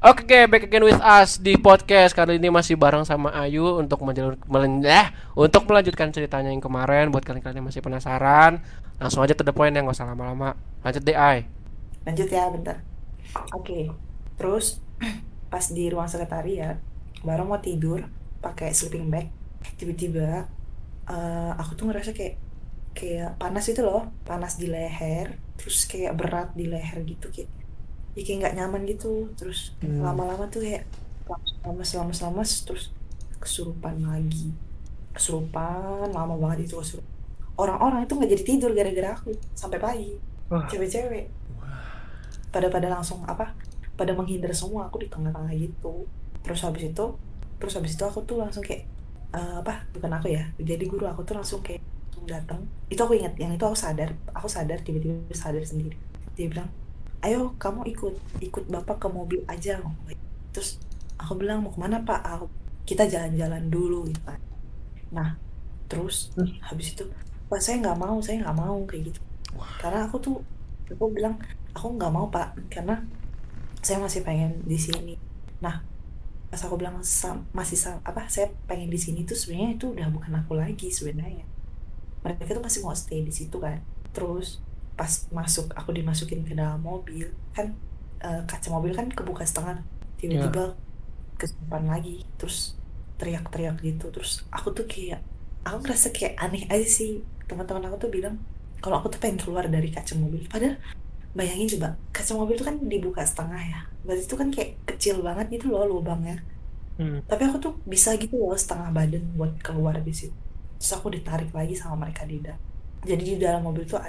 Oke, back again with us di podcast. Kali ini masih bareng sama Ayu untuk untuk melanjutkan ceritanya yang kemarin. Buat kalian-kalian yang masih penasaran, langsung aja to the point ya, nggak usah lama-lama. Lanjut deh, Ay. Lanjut ya, bentar. Oke. Terus pas di ruang sekretariat, baru mau tidur pakai sleeping bag, tiba-tiba aku tuh ngerasa kayak kayak panas itu loh, panas di leher, terus kayak berat di leher gitu, kayak nggak nyaman gitu. Terus lama-lama tuh kayak lemes, terus kesurupan lagi, kesurupan lama banget itu kesurupan. Orang-orang itu nggak jadi tidur gara-gara aku sampai pagi. Wah. Cewek-cewek pada langsung pada menghindar semua, aku di tengah-tengah gitu. Terus habis itu aku tuh langsung kayak bukan aku ya, jadi guru aku tuh langsung kayak langsung datang. Itu aku ingat, yang itu aku sadar tiba-tiba sadar sendiri. Dia bilang, ayo kamu ikut ikut bapak ke mobil aja. Terus aku bilang, mau kemana pak? Kita jalan-jalan dulu gitu kan. Nah terus habis itu, pak saya nggak mau kayak gitu. Karena aku bilang aku nggak mau pak, karena saya masih pengen di sini. Nah pas aku bilang saya pengen di sini tuh sebenarnya itu udah bukan aku lagi sebenarnya. Mereka tuh masih mau stay di situ kan. Terus pas aku dimasukin ke dalam mobil kan, kaca mobil kan kebuka setengah, tiba-tiba kesurupan lagi, terus teriak-teriak gitu. Terus aku ngerasa kayak aneh aja sih. Teman-teman aku tuh bilang kalau aku tuh pengen keluar dari kaca mobil, padahal bayangin coba, kaca mobil itu kan dibuka setengah ya, berarti itu kan kayak kecil banget gitu loh lubangnya. Tapi aku tuh bisa gitu loh setengah badan buat keluar di situ. Terus aku ditarik lagi sama mereka di dalam. Jadi di dalam mobil tuh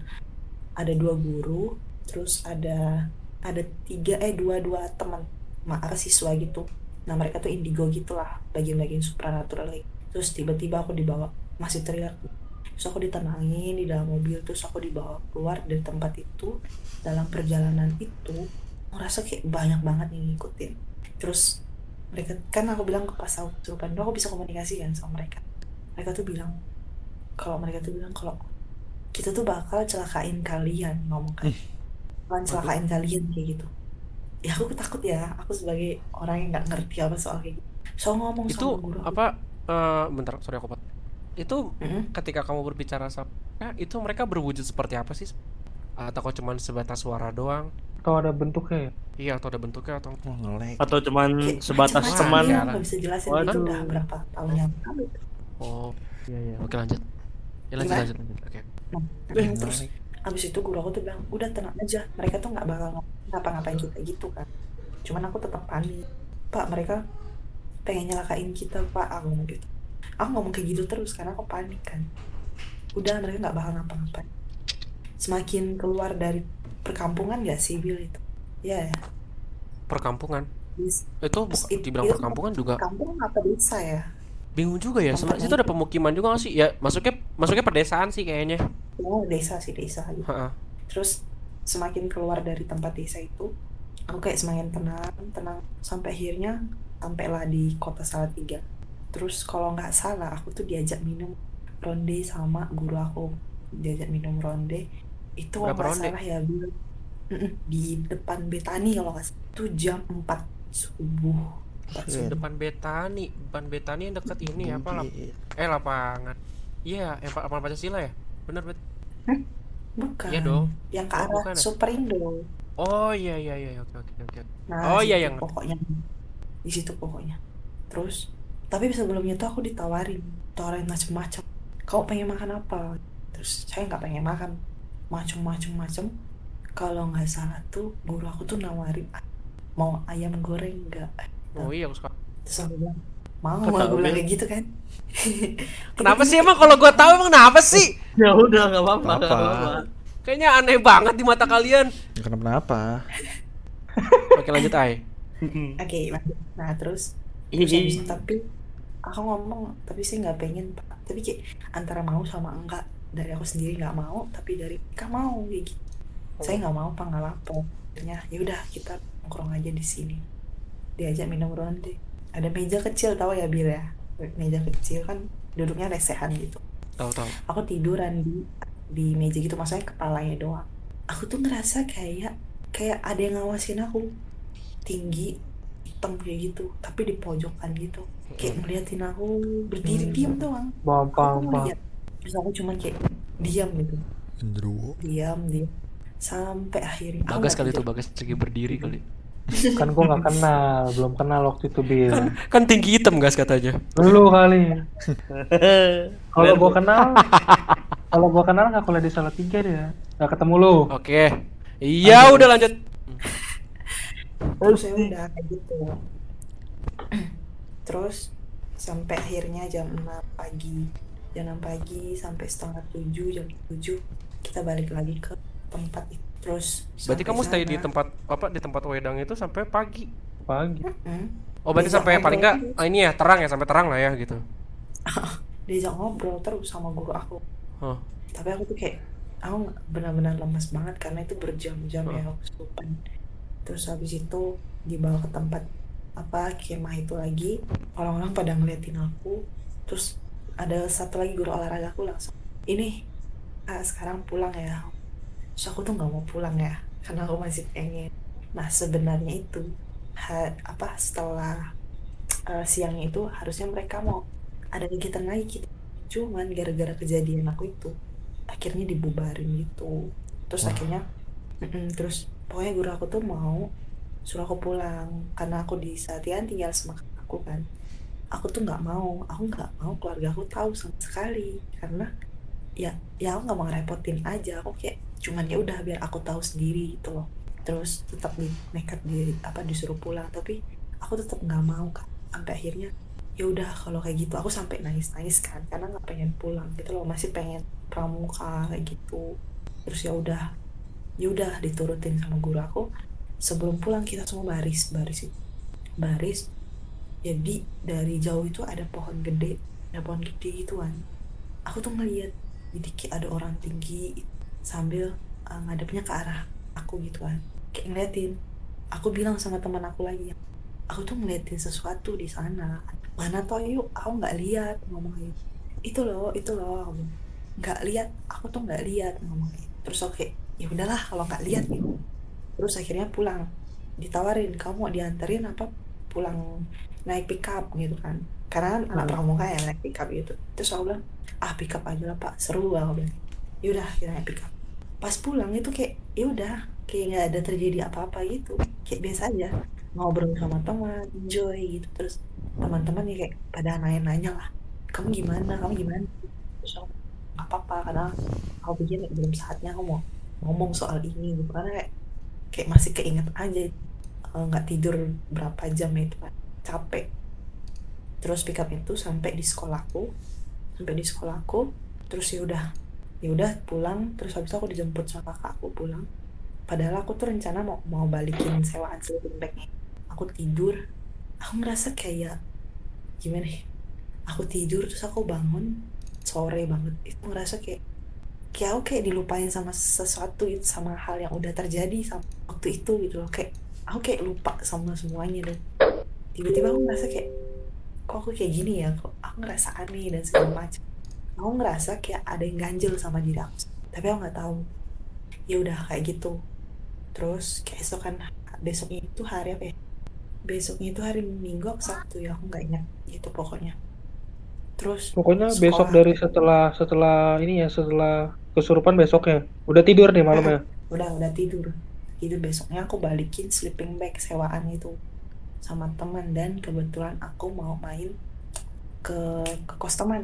ada dua guru, terus ada dua teman siswa gitu. Nah mereka tuh indigo gitulah, bagian-bagian supranatural gitu. Terus tiba-tiba aku dibawa, masih teriak. Terus aku ditenangin di dalam mobil, terus aku dibawa keluar dari tempat itu. Dalam perjalanan itu ngerasa kayak banyak banget yang ngikutin. Terus mereka kan, aku bilang ke pas aku kesurupan aku bisa komunikasi kan sama mereka. Mereka tuh bilang kalau kita tuh bakal celakain kalian, ngomong kan, bakal Waduh. celakain kalian kayak gitu. Ya aku takut ya, aku sebagai orang yang nggak ngerti apa soal kayak gitu, so ngomong sama Itu guru aku. apa? Bentar, sorry aku pot. Itu Mm-mm. ketika kamu berbicara sama, itu mereka berwujud seperti apa sih? Atau kok cuman sebatas suara doang? Atau ada bentuknya ya? Iya, atau ada bentuknya atau? Wah, nge-lag. Atau cuman Kayak sebatas macam-macam Wah, teman? ya, sialan. nggak bisa jelasin. Itu Waduh. udah berapa tahun yang lalu. Oh, Iya, iya. oke lanjut. Ya lanjut Gimana? lanjut lanjut. Oke. Nah, Ih, terus nge-lag. abis itu guru aku tuh bilang udah tenang aja, mereka tuh nggak bakal ngapa-ngapain kita gitu kan. Cuman aku tetap panik, pak mereka pengen nyelakain kita pak, aku ngomong gitu. Aku ngomong kayak gitu terus karena aku panik kan. Udah, mereka nggak bakal ngapa-ngapain. Semakin keluar dari perkampungan gak sih Bill itu ya, Perkampungan. Bis- Itu dibilang itu perkampungan juga kampung apa desa ya bingung juga ya. Sebenarnya tempatnya situ ada itu. pemukiman juga nggak sih? Ya, masuknya pedesaan sih kayaknya. Oh, desa sih, desa gitu. Heeh. Terus semakin keluar dari tempat desa itu, aku kayak semakin tenang tenang sampai akhirnya sampailah di kota Salatiga. Terus kalau nggak salah aku tuh diajak minum ronde sama guru aku, diajak minum ronde itu kalau Berapa nggak ronde? salah ya Bil. Di depan Betani kalau nggak salah itu jam 4 subuh, 4 Shit. subuh. Depan Betani yang dekat ini apa Bukit. lapangan. Iya, lapangan Pancasila ya? Bener bet. Hah? Iya Bukan, dong. yang ke Oh, arah bukan ya? Superindo. Oh iya iya iya, oke oke oke. Nah, Oh iya situ yang ngerti. pokoknya, di situ pokoknya. Terus, tapi sebelumnya tuh aku ditawarin macem-macem. Kau pengen makan apa? Terus saya nggak pengen makan macem-macem. Kalau nggak salah tuh guru aku tuh nawarin, mau ayam goreng nggak? Oh iya, aku suka. Terus aku bilang mau, Kok tahu, aku bilang Bil? kayak gitu kan. Kenapa Tiba-tiba sih kayak emang kalau gua tahu emang kenapa sih? Ya udah, nggak apa-apa, nggak Apa? apa-apa. Kayaknya aneh banget di mata kalian. Kenapa? Oke lanjut Ai. oke, lanjut. Nah terus Ih, habis itu, tapi aku ngomong tapi saya nggak pengen pak, tapi kayak antara mau sama enggak. Dari aku sendiri nggak mau, tapi dari mereka mau kayak gitu. Saya nggak mau pak, nggak lapar. Akhirnya ya udah, kita nongkrong aja di sini. Diajak minum ronde, ada meja kecil, tahu ya Bil ya, meja kecil kan, duduknya lesehan gitu. Tahu tahu. Aku tiduran di meja gitu, maksudnya kepalanya doang. Aku tuh ngerasa kayak ada yang ngawasin aku. tinggi hitam kayak gitu, tapi di pojokan gitu, kayak ngeliatin aku berdiri diam doang. Aku ngeliat, terus aku cuman kayak diam gitu, Gendruwo. diam sampai akhirnya aku Bagas nggak kali tidur. itu, Bagas lagi berdiri kali. Kan gue nggak kenal, belum kenal waktu itu Bil. Kan tinggi hitam Gas katanya. Lu kali. Kalau gue kenal, nggak kuliah di Salatiga dia. Nggak ketemu lu. Oke. Iya, udah lanjut. Terus ya udah kayak gitu. Terus sampai akhirnya jam 6 pagi sampai setengah 7, jam 7 kita balik lagi ke tempat itu. Terus Berarti kamu stay di sana, tempat wedang itu sampai pagi. Oh, berarti Diajak sampai paling enggak ngobrol ini ya, terang ya, sampai terang lah ya gitu. diajak ngobrol terus sama guru aku. Oh. Tapi aku tuh kayak aku benar-benar lemas banget karena itu berjam-jam ya aku kesurupan. Terus habis itu dibawa ke tempat kemah itu lagi, orang-orang pada ngeliatin aku. Terus ada satu lagi guru olahraga aku langsung, ini sekarang pulang ya. Terus aku tuh nggak mau pulang ya karena aku masih pengen. Nah sebenarnya itu setelah siang itu harusnya mereka mau ada kegiatan lagi gitu. Cuman gara-gara kejadian aku itu akhirnya dibubarin gitu. Terus akhirnya terus pokoknya guru aku tuh mau suruh aku pulang karena aku di Satian tinggal sama aku kan. Aku tuh nggak mau keluarga aku tahu sama sekali karena ya aku nggak mau ngerepotin aja. Aku kayak cuman ya udah biar aku tahu sendiri gitu loh. Terus tetap nekat disuruh pulang, tapi aku tetap nggak mau kan. Sampai akhirnya ya udah kalau kayak gitu, aku sampai nangis kan karena nggak pengen pulang gitu loh, masih pengen pramuka kayak gitu. Terus ya udah diturutin sama guru aku. Sebelum pulang kita semua baris. Jadi dari jauh itu ada pohon gede gitu kan. Aku tuh ngeliat jadi kayak ada orang tinggi sambil ngadepnya ke arah aku gitu kan, kayak ngeliatin. Aku bilang sama teman aku lagi, aku tuh ngeliatin sesuatu di sana. Mana tau yuk, aku nggak lihat, ngomongin itu loh nggak lihat, aku tuh nggak lihat, ngomongin. Terus oke, ya udahlah kalau nggak lihat gitu. Terus akhirnya pulang, ditawarin kamu mau dianterin apa pulang naik pickup gitu kan, karena anak pramuka ya naik pickup gitu. Terus aku bilang pickup aja lah pak, seru, aku bilang. Yaudah kita naik pickup. Pas pulang itu kayak ya udah kayak nggak ada terjadi apa-apa gitu, kayak biasa aja ngobrol sama teman, enjoy gitu. Terus teman-teman ya kayak pada nanya lah, kamu gimana. Terus aku nggak apa-apa karena aku pikir belum saatnya aku mau ngomong soal ini gitu, karena kayak masih keinget aja nggak tidur berapa jam itu kan, capek. Terus pick up itu sampai di sekolahku. Terus ya udah pulang. Terus habis itu aku dijemput sama kakakku pulang. Padahal aku tuh rencana mau balikin sewaan sleeping bagnya. Aku tidur, aku ngerasa kayak gimana ya, aku tidur terus aku bangun sore banget. Itu ngerasa kayak aku kayak dilupain sama sesuatu itu, sama hal yang udah terjadi sama waktu itu gitu loh. Kayak aku kayak lupa sama semuanya, dan tiba-tiba aku ngerasa kayak kok aku kayak gini ya, kok aku ngerasa aneh dan segala macam. Aku ngerasa kayak ada yang ganjel sama diri aku, tapi aku nggak tahu. Ya udah kayak gitu. Terus keesokan besoknya itu hari apa ya? Besoknya itu hari Minggu atau Sabtu ya, aku nggak ingat gitu pokoknya. Terus Pokoknya besok dari setelah ini ya, setelah kesurupan besoknya udah tidur nih malamnya. Udah tidur. Itu besoknya aku balikin sleeping bag sewaan itu sama teman, dan kebetulan aku mau main ke kos teman.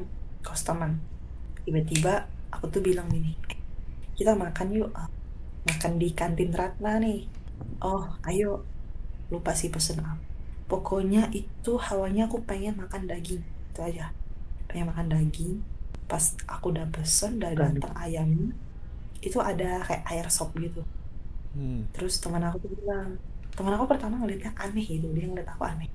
Tiba-tiba aku tuh bilang gini, kita makan yuk, makan di kantin Ratna nih. Oh ayo, lupa sih pesen apa. Pokoknya itu hawanya aku pengen makan daging, itu aja, pengen makan daging. Pas aku udah pesen, udah datang ayamnya, itu ada kayak air sop gitu. Terus teman aku pertama ngeliatnya aneh gitu, dia ngeliat aku aneh.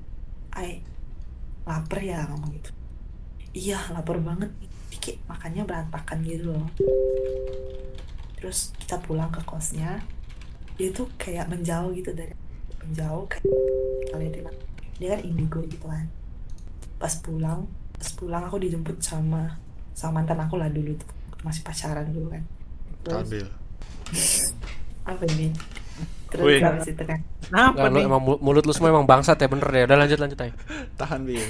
Lapar ya, ngomong gitu. Iya lapar banget, kayak makannya berantakan gitu loh. Terus kita pulang ke kosnya, dia tuh kayak menjauh gitu, kayak liatin aku. Dia kan indigo gitu kan. Pas pulang aku dijemput sama mantan aku lah dulu tuh, masih pacaran dulu kan. Terus Ambil. apa ini, Terus Wih. habis itu kan Kenapa Nggak, lu nih? emang mulut lu semua emang bangsat ya, bener deh. Udah lanjut aja. Tahan Bi.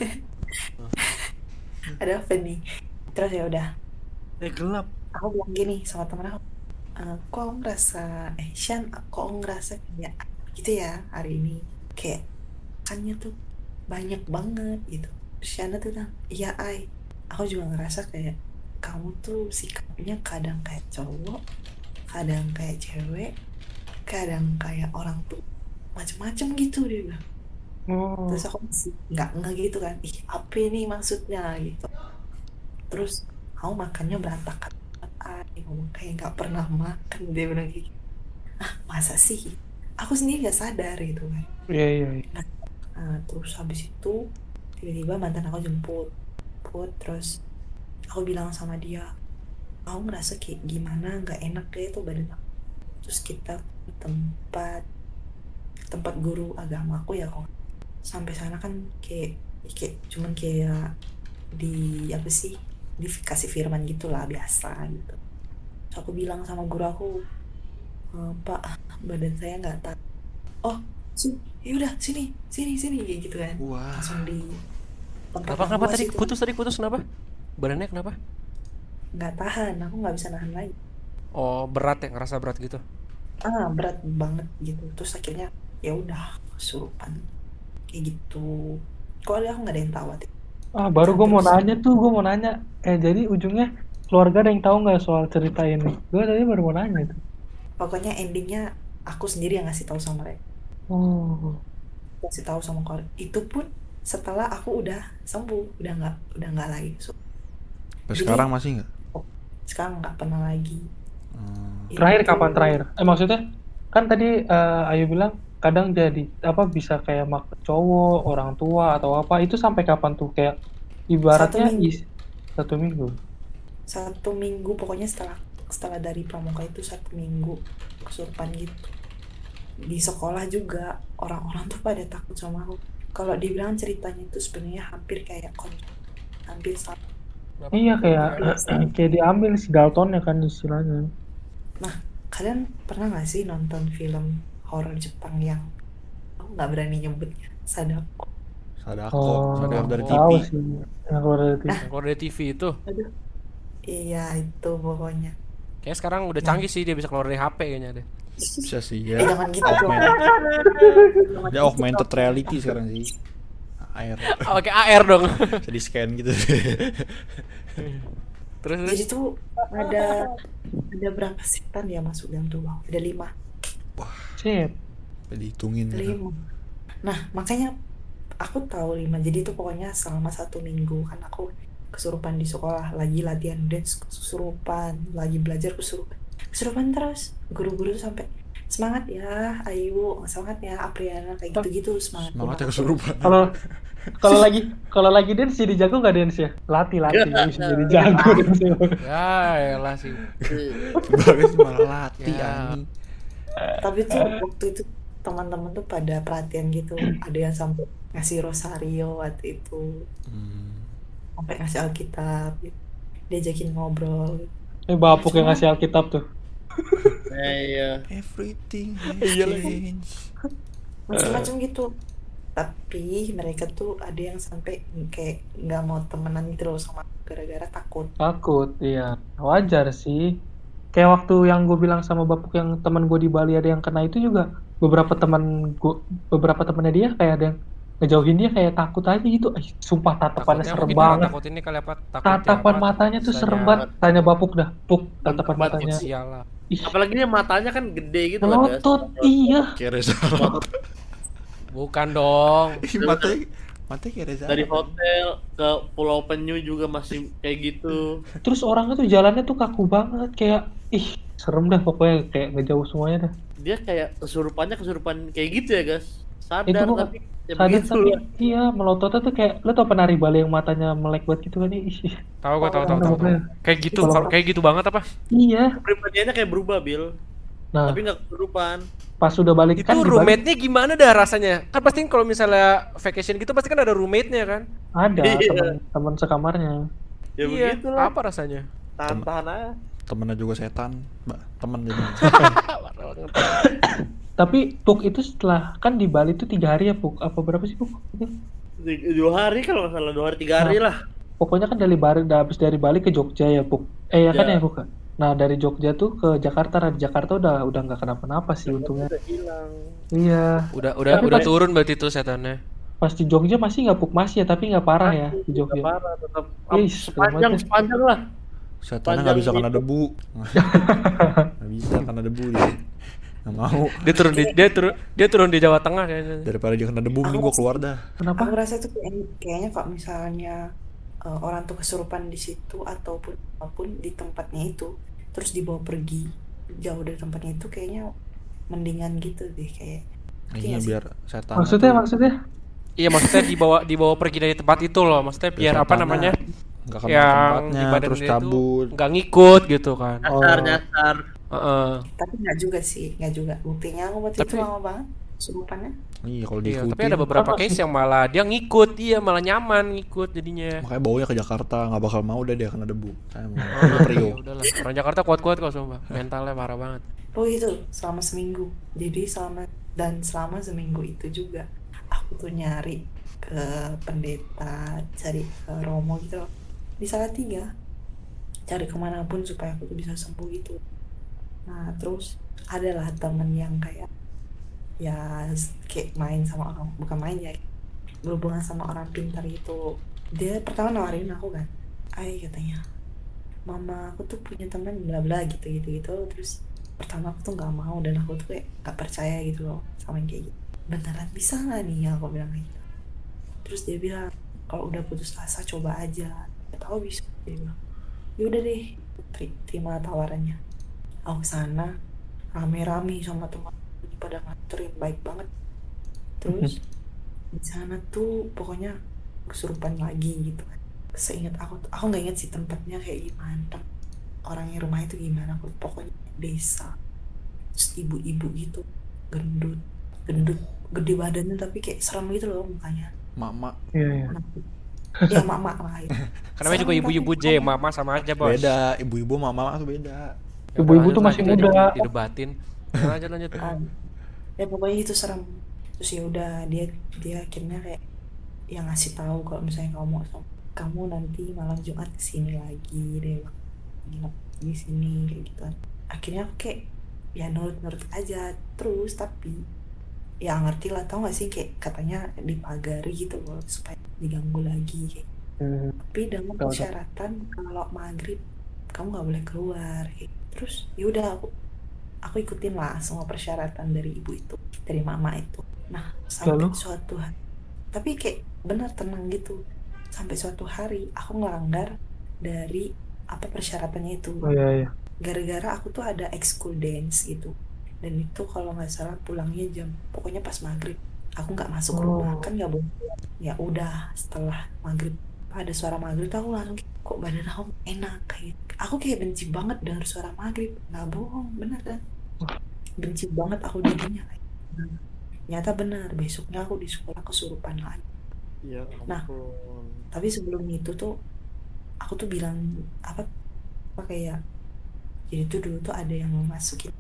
ada apa nih, terus ya udah Gelap. aku bilang gini sama temen aku, kok aku ngerasa Shan, kok aku ngerasa kayak gitu ya hari ini, kayak kannya tuh banyak banget gitu. Terus Shana tuh bilang, iya Ai, aku juga ngerasa kayak kamu tuh sikapnya kadang kayak cowok, kadang kayak cewek, kadang kayak orang tuh macem-macem gitu, dia bilang. Oh. Terus aku masih nggak gitu kan, ih apa ini maksudnya gitu. Terus kamu makannya berantakan banget, Ai, ngomong kayak nggak pernah makan, dia bilang gitu. Masa sih, aku sendiri nggak sadar gitu kan. Iya. Terus habis itu tiba-tiba mantan aku jemput, terus aku bilang sama dia, aku ngerasa kayak gimana, nggak enak kayak tuh badan aku. Terus kita ke tempat guru agama aku ya, kok sampai sana kan kayak cuman kayak di apa sih, dikasih firman gitulah biasa gitu. Terus aku bilang sama guru aku, Pak, badan saya nggak tahan. Oh ya udah sini kayak gitu kan. Wah. Langsung di tempat yang Kenapa luas tadi itu. putus kenapa? Badannya kenapa? Nggak tahan, aku nggak bisa nahan lagi. Oh, berat ya, ngerasa berat gitu. Berat banget gitu. Terus akhirnya ya udah kesurupan kayak gitu. Kok aku nggak ada yang tahu Ati. Baru gue mau Terus- nanya. Jadi ujungnya keluarga ada yang tahu nggak soal cerita ini? Gue tadi baru mau nanya itu. Pokoknya endingnya aku sendiri yang ngasih tahu sama mereka, Oh. ngasih tahu sama keluarga. Itu pun setelah aku udah sembuh, udah nggak lagi. Sampai Jadi- sekarang masih nggak? Sekarang nggak pernah lagi. Terakhir Itu- kapan terakhir? Maksudnya kan tadi Ayu bilang kadang jadi bisa kayak makan cowok, orang tua atau apa, itu sampai kapan tuh, kayak ibaratnya 1 minggu. 1 minggu. 1 minggu pokoknya setelah dari pramuka itu 1 minggu kesurupan gitu. Di sekolah juga orang-orang tuh pada takut sama aku. Kalau dibilang ceritanya itu sebenarnya hampir kayak hampir sama. Iya, kayak diambil si Daltonnya kan istilahnya. Kalian pernah nggak sih nonton film horor Jepang yang aku nggak berani nyebutnya, Sadako? Sadako dari TV. Tahu sih yang keluar dari TV. Yang keluar dari TV itu. Aduh, iya itu pokoknya. Kayak sekarang udah canggih sih, dia bisa keluar dari HP kayaknya deh. Bisa sih ya. Jangan gitu dong. Dia augmented reality sekarang sih. Air. Oke, AR dong. Bisa di scan gitu. Terus Jadi tuh ada berapa setan ya masuk dalam tubuh? Ada 5. Sip. Dihitungin. 5. Nah makanya aku tahu 5. Jadi tuh pokoknya selama 1 minggu kan aku kesurupan di sekolah, lagi latihan dance kesurupan, lagi belajar kesurupan terus. Guru-guru tuh sampai semangat ya Ayu, semangat ya Apriana, kayak gitu-gitu semangat. Semangatnya kesurupan. Kalau lagi dance jadi jago nggak dance ya? Latih bisa jadi jago dance. ya elah sih. Bagus malah latih Ya. anjing. Tapi tuh waktu itu teman-teman tuh pada perhatian gitu, ada yang sampai ngasih rosario waktu itu, sampai ngasih Alkitab gitu. Diajakin ngobrol gitu. Bapuk yang ngasih Alkitab tuh. Iya. Everything has changed. Macam-macam gitu. Tapi mereka tuh ada yang sampai kayak nggak mau temenan gitu loh sama gara-gara takut. Takut, iya. Wajar sih. Kayak waktu yang gue bilang sama Bapuk yang teman gue di Bali ada yang kena itu juga, beberapa temannya dia kayak ada yang ngejauhin dia kayak takut aja gitu. Sumpah tatapannya Takutnya serem mungkin karena banget. takut ini kali apa? Takut Tatapan yang matanya tuh misalnya serem banget. Tanya Bapuk dah. Puk, tatapan Takut matanya. sial lah. Ih, Apalagi dia matanya kan gede gitu lah, guys. melotot, iya. Kayak Reza Arab. Bukan dong. Matanya kayak Reza Dari Arab. hotel ke Pulau Penyu juga masih kayak gitu. Terus orangnya tuh jalannya tuh kaku banget, kayak serem dah pokoknya, kayak ngejauh semuanya dah. Dia kayak kesurupan kayak gitu ya, guys. Sadar Itu gua tapi ya sadar begitu tapi lah. iya, melototnya tuh kayak, lo tau penari Bali yang matanya melek banget gitu kan? Tahu gua tahu. Bener-bener. Kayak gitu, Kalau- kayak gitu banget apa? Iya. Kepribadiannya kayak berubah, Bil. Nah, Tapi nggak kesurupan. pas sudah balik Itu kan di Bali roommate-nya gimana dah rasanya? Kan pasti kalau misalnya vacation gitu pasti kan ada roommate-nya kan? ada Iya. teman sekamarnya. Ya Iya, begitulah. apa rasanya? Tahan-tahan aja. Temennya juga setan, Mbak. Temen jadi. Tapi Puk itu setelah kan di Bali itu 3 hari ya Puk? Apa berapa sih Puk? 2 hari kalau nggak salah, 2 hari 3 hari lah. Pokoknya kan dari Bali, habis dari Bali ke Jogja ya Puk. Ya kan Ya. ya Puk. Nah dari Jogja tuh ke Jakarta. Nah, di Jakarta udah nggak kenapa-napa sih untungnya. Udah hilang. Iya. Udah Tapi turun berarti tuh setannya. Pas di Jogja masih nggak Puk? Masih ya, tapi nggak parah ya di Nggak Jogja. parah, tetap Ih, sepanjang lah. Setannya nggak bisa kena Panjang debu. Nggak bisa kena debu dia. Nggak mau. Dia turun di Jawa Tengah kayaknya. Daripada dia kena debu, mending gua keluar dah. Kenapa? Aku rasa tuh kayaknya kalau misalnya orang tuh kesurupan di situ ataupun apapun di tempatnya itu, terus dibawa pergi jauh dari tempatnya itu, kayaknya mendingan gitu deh kayak. Iya, Iya sih. biar setan Maksudnya? Iya, maksudnya dibawa pergi dari tempat itu loh. Maksudnya biar apa namanya? nggak kenal Yang tempatnya di badan terus dia tuh cabut. nggak ngikut gitu kan. Nyasar. Heeh. Tapi nggak juga sih, nggak juga. Buktinya aku waktu itu Tapi- lama banget kesurupannya. Iya kalau Iya, diikutin. tapi ada beberapa Apa case sih? yang malah dia ngikut, malah nyaman ngikut jadinya. Makanya baunya ke Jakarta, nggak bakal mau dah dia kena debu. Saya mau Ya Priok. udahlah, orang Jakarta kuat-kuat kok sumpah. Mentalnya parah banget. Oh itu selama seminggu. Jadi selama seminggu itu juga aku tuh nyari ke pendeta, cari ke Romo gitu loh. Di Salatiga, cari kemanapun supaya aku tuh bisa sembuh gitu. Nah terus adalah temen yang kayak ya kayak main sama orang, bukan main ya, berhubungan sama orang pintar gitu. Dia pertama nawarin aku kan, katanya, mama aku tuh punya teman bla bla gitu. Terus pertama aku tuh nggak mau dan aku tuh kayak nggak percaya gitu loh sama yang kayak gitu. Beneran bisa nggak nih, aku bilang kayak gitu. Terus dia bilang kalau udah putus asa coba aja, nggak tahu bisa. Dia bilang yaudah deh, terima tawarannya. Aku sana rame-rame sama teman pada nganterin, baik banget. Terus di sana tuh pokoknya kesurupan lagi gitu kan. Seingat aku nggak ingat sih tempatnya kayak gimana, orangnya rumah itu gimana, aku pokoknya desa. Terus ibu-ibu gitu, gendut gede badannya tapi kayak serem gitu loh mukanya. Mak-mak Iya. Ya mak lah itu. Karena juga Serem ibu-ibu tapi J, mama sama aja bos. beda, ibu-ibu mama tuh beda. Ya Ibu-ibu udah, tuh lanjut masih lah, muda. kita didebatin. Lanjut. ya pokoknya itu serem. Terus ya udah dia akhirnya kayak yang ngasih tahu kalau misalnya kamu nanti malam Jumat kesini lagi deh, nginep di sini kayak gitu kan. Akhirnya aku kayak ya nurut aja terus, tapi ya ngerti lah, tau gak sih kayak katanya dipagari gitu loh supaya diganggu lagi kayak. Tapi dengan Tahu. persyaratan kalau maghrib kamu nggak boleh keluar kayak. Terus yaudah aku ikutin lah semua persyaratan dari ibu itu, dari mama itu. Nah sampai Lalu? suatu hari, tapi kayak benar tenang gitu, sampai suatu hari aku ngelanggar dari apa persyaratannya itu. Oh iya. Gara-gara aku tuh ada ekskul dance gitu, dan itu kalau nggak salah pulangnya pokoknya pas maghrib. Aku nggak masuk rumah kan, nggak boleh. Ya udah setelah maghrib ada suara maghrib tuh aku langsung kayak, kok badan aku enak kayak. Aku kayak benci banget dengar suara maghrib, nggak bohong, bener kan? Benci banget aku jadinya kayak. Nyata benar, besoknya aku di sekolah kesurupan lagi. Ya Nah. ampun. Tapi sebelum itu tuh aku tuh bilang apa kayak, jadi tuh dulu tuh ada yang masukin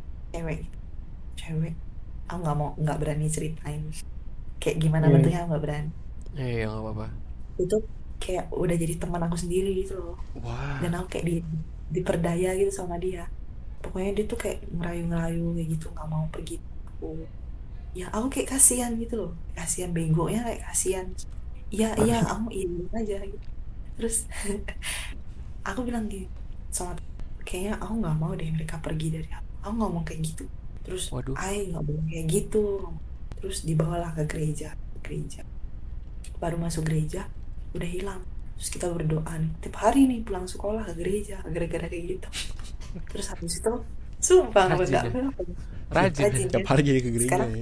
cewek. Aku nggak berani ceritain kayak gimana Iya. bentuknya, aku nggak berani. Iya, nggak apa-apa. Itu kayak udah jadi teman aku sendiri gitu loh, Wah. dan aku kayak diperdaya gitu sama dia. Pokoknya dia tuh kayak ngerayu kayak gitu, nggak mau pergi aku. Ya aku kayak kasihan gitu loh, kasihan, begonya kayak kasihan. Iya aku iya aja gitu. Terus aku bilang gitu sama, kayaknya aku nggak mau deh mereka pergi dari aku ngomong kayak gitu. Terus Waduh. nggak boleh kayak gitu. Terus dibawalah ke gereja. Baru masuk gereja udah hilang. Terus kita berdoa nih tiap hari nih pulang sekolah ke gereja gara-gara kayak gitu. Terus habis itu sumpah Rajin nggak ya? rajin Rajin. Tiap hari jadi ke gereja. Sekarang- Ya.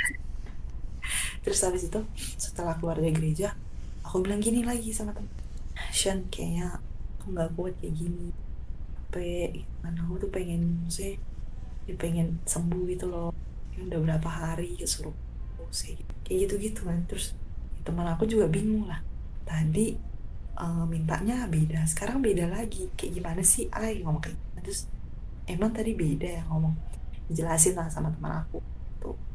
Terus habis itu setelah keluar dari gereja aku bilang gini lagi sama temen, Shan kayaknya aku nggak kuat kayak gini, gimana, aku tuh pengen pengen sembuh gitu loh. Ini udah berapa hari kesurupan kayak gitu kan. Terus teman aku juga bingung lah, tadi mintanya beda, sekarang beda lagi, kayak gimana sih ngomong kayak gitu. Terus emang tadi beda ya ngomong, dijelasin lah sama teman aku tuh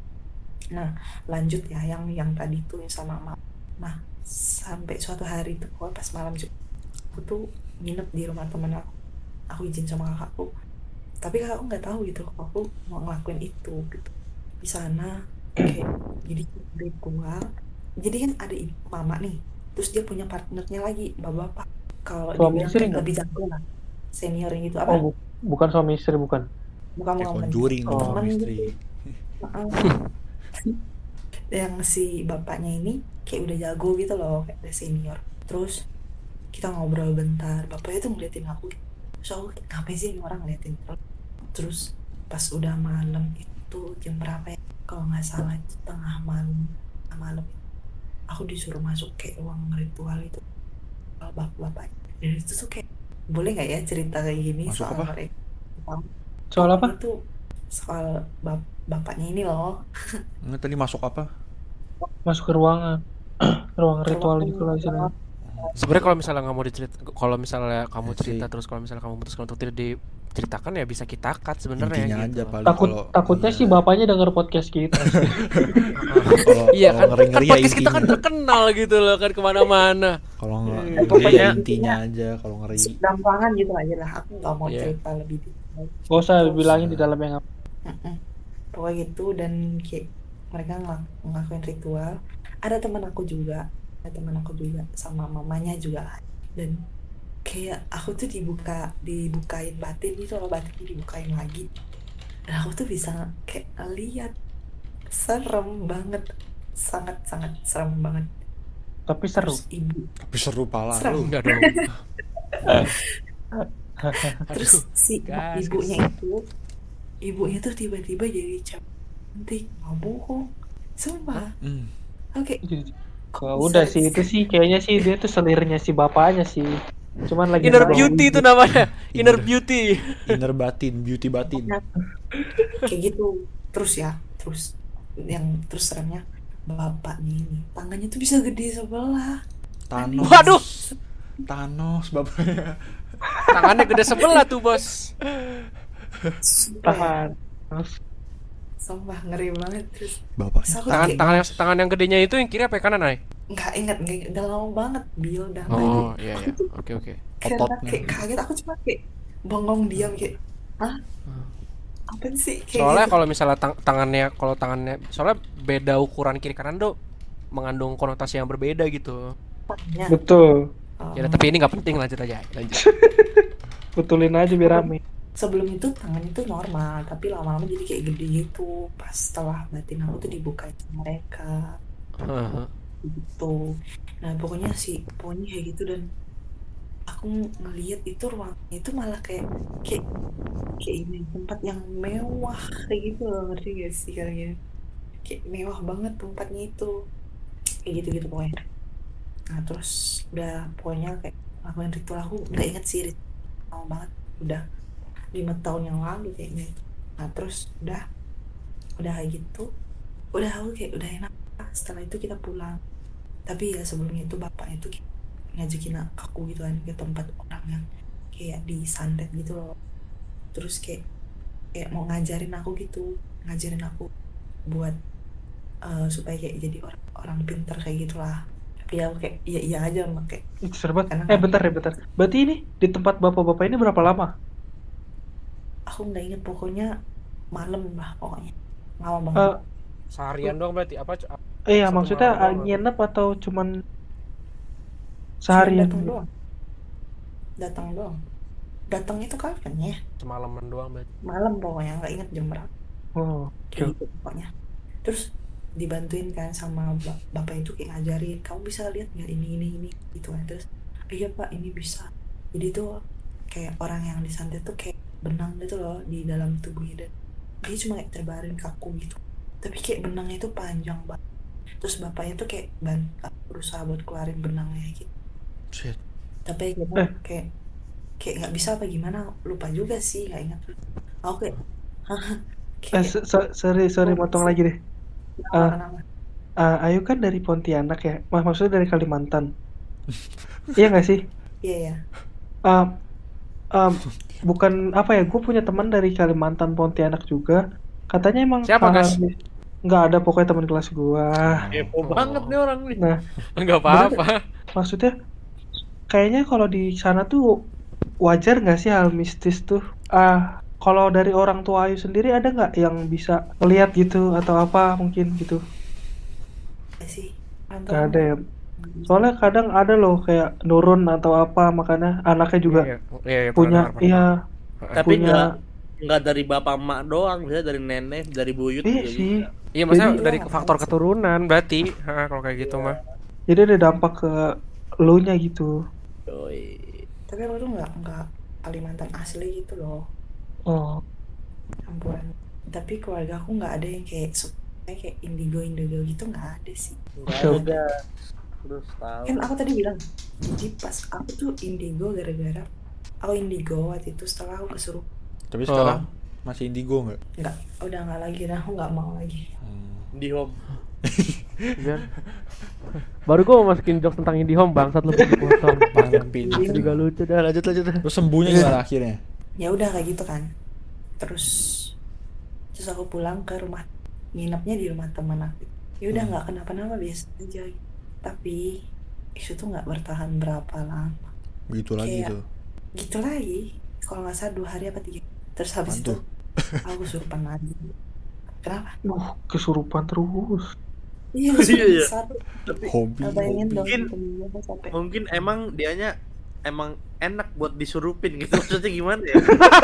Nah lanjut ya yang tadi tuh yang sama mama. Nah sampai suatu hari tuh pas malam juga aku tuh nginep di rumah temen aku izin sama kakakku, tapi kakakku nggak tahu gitu kalau aku mau ngelakuin itu gitu di sana. Kayak jadi ritual, jadi kan ada mama nih, terus dia punya partnernya lagi bapak-bapak, kalau Suami dibilang istri kayak nggak? lebih jago lah, senior gitu Oh, apa, bukan suami istri, bukan. bukan Kayak bukan Conjuring Oh. teman suami gitu. istri. Heeh. Yang si bapaknya ini kayak udah jago gitu loh, kayak udah senior. Terus kita ngobrol bentar, bapaknya tuh ngeliatin aku, terus aku ngapain sih ini orang ngeliatin terus pas udah malam itu jam berapa ya, kalau nggak salah itu tengah malam aku disuruh masuk kayak ruang ritual itu bapak-bapak, dan itu tuh kayak boleh nggak ya cerita kayak gini Masuk soal apa? mereka. Soal apa? Itu soal bapaknya ini loh, Nggak, tadi masuk apa? Masuk ke ruangan. Ruang ritual ruang gitu lah istilahnya. Sebenarnya kalau misalnya nggak mau dicerita, kalau misalnya kamu Ya cerita sih. terus kalau misalnya kamu memutuskan untuk tidak diceritakan ya bisa kita cut sebenarnya Intinya gitu. aja paling kalau Takutnya iya. sih bapaknya denger podcast kita sih. Iya kan, ngeri-ngeri ya podcast kita kan intinya. terkenal gitu loh kan kemana-mana. Kalau nggak Iya. ngeri Pokoknya ya intinya aja kalau ngeri. gampangan gitu aja lah, aku nggak mau Iya. cerita lebih detail. Gak usah Terus, bilangin di dalam yang apa. pokoknya gitu, dan kayak mereka ngelakuin ritual. Ada teman aku juga sama mamanya juga, dan kayak aku tuh dibukain batin gitu loh, batinnya dibukain lagi, dan aku tuh bisa kayak lihat, serem banget, sangat serem banget. Tapi seru. Terus ibu Tapi seru pala Serem. lu. Enggak dong. terus si gas. ibunya tuh tiba-tiba jadi cantik, nggak bohong, sumpah. Hmm. Oke, Wah, udah sih itu sih kayaknya sih dia tuh selirnya si bapaknya sih. Cuman lagi Inner nabung beauty itu wujud. namanya. Inner Inner. beauty. Inner batin, beauty batin. kayak gitu. Terus seremnya, bapaknya ini tangannya tuh bisa gede sebelah. Thanos. Waduh. Thanos bapaknya. Tangannya gede sebelah tuh, Bos. Tahan. Sumpah ngeri banget. Terus Bapaknya. aku Tangan kayak tangan yang gedenya itu yang kiri apa yang kanan, Ay? nggak ingat, udah lama banget Bil, udah Oh, iya iya. Oke. karena Ototnya. kayak kaget, aku cuma kayak bengong diam kayak, hah, apa sih kayak Soalnya gitu. kalau misalnya tangannya soalnya beda ukuran kiri kanan tuh mengandung konotasi yang berbeda gitu. Ya, Betul. Ya tapi ini nggak penting, lanjut aja. Lanjut. Betulin aja biar rame. sebelum itu tangannya tuh normal, tapi lama-lama jadi kayak gede gitu pas setelah batin aku tuh dibukain sama mereka Heeh. gitu. Nah pokoknya kayak gitu, dan aku ngelihat itu ruangnya itu malah kayak ini tempat yang mewah kayak gitu loh, ngerti gak sih kalian? Kayak mewah banget tempatnya itu, kayak gitu pokoknya. Nah terus udah pokoknya kayak lakuin ritual, aku nggak inget sih lama banget, udah 5 tahun yang lalu kayaknya. Nah terus udah kayak gitu, udah aku kayak udah enak. Setelah itu kita pulang, tapi ya sebelumnya itu bapaknya tuh kayak ngajakin aku gitu kan ke tempat orang yang kayak di santet gitu loh. Terus kayak mau ngajarin aku buat supaya kayak jadi orang pintar kayak gitulah. Tapi ya aku kayak iya aja kayak Itu seru banget. Karena- Bentar. Berarti ini di tempat bapak-bapak ini berapa lama? aku nggak inget, pokoknya malam lah pokoknya, lama banget. Eh, Seharian doang berarti apa? Iya, Satu maksudnya malam doang, nginep atau cuman Cuma seharian? datang doang datang itu kapan ya, Semalaman doang berarti. malam pokoknya, nggak inget jam berapa. Oh, Kayak gitu pokoknya. Terus dibantuin kan sama bapak itu kayak ngajarin, kamu bisa lihat nggak ini gitu kan. Terus iya pak, ini bisa. Jadi tuh kayak orang yang disantet tuh kayak benang gitu loh di dalam tubuhnya, dan dia cuma kayak terbaring kaku gitu, tapi kayak benangnya itu panjang banget. Terus bapaknya tuh kayak berusaha buat keluarin benangnya gitu, Shit. tapi kayak nggak bisa apa gimana, lupa juga sih, nggak ingat. Aku kayak sorry motong lagi deh. kenapa? Ayu kan dari Pontianak ya, maksudnya dari Kalimantan. Iya nggak sih? Iya. Bukan apa ya, gue punya teman dari Kalimantan Pontianak juga. Katanya emang Siapa, guys? nggak ada pokoknya teman kelas gua. Kepo banget nih orang nih. Nah, Enggak apa-apa. maksudnya kayaknya kalau di sana tuh wajar nggak sih hal mistis tuh? Kalau dari orang tua Ayu sendiri ada nggak yang bisa ngeliat gitu atau apa mungkin gitu? Ya sih Nggak ada ya. Soalnya kadang ada loh kayak nurun atau apa, makanya anaknya juga Iya, iya, punya, pernah. iya, Tapi punya. nggak dari bapak emak doang, bisa dari nenek, dari buyut Iya juga sih. bisa. Iya, maksudnya Jadi- dari faktor keturunan berarti. Kalau kayak gitu mah. Jadi ada dampak ke elunya gitu. Yoi. tapi aku tuh nggak Kalimantan asli gitu loh, Oh, campuran. Tapi keluarga aku nggak ada yang kayak indigo gitu, nggak ada sih. Nggak ada. Terus tahu. Kan aku tadi bilang, jadi pas aku tuh indigo gara-gara aku indigo waktu itu setelah aku kesuruh. Tapi sekarang masih indigo nggak? Nggak, udah nggak lagi, dan aku nggak mau lagi. Di home. Biar. Baru gua mau masukin jokes tentang IndiHome bangsat lu potong. Paling Itu juga lucu dah, lanjut. Terus sembuhnya gimana akhirnya? Ya udah kayak gitu kan. Terus aku pulang ke rumah, nginepnya di rumah teman aku. Ya udah nggak kenapa-napa, biasa aja. Tapi itu tuh nggak bertahan berapa lama. Begitu lagi Kayak- tuh. Gitu lagi. Kalau nggak salah 2 hari apa 3. Terus habis Apaan itu aku kesurupan lagi. Kenapa? kesurupan terus. Iya, Iya. satu. Hobi. Bayangin dong, Mungkin- temennya sampai Mungkin emang dianya emang enak buat disurupin gitu. Maksudnya gimana ya?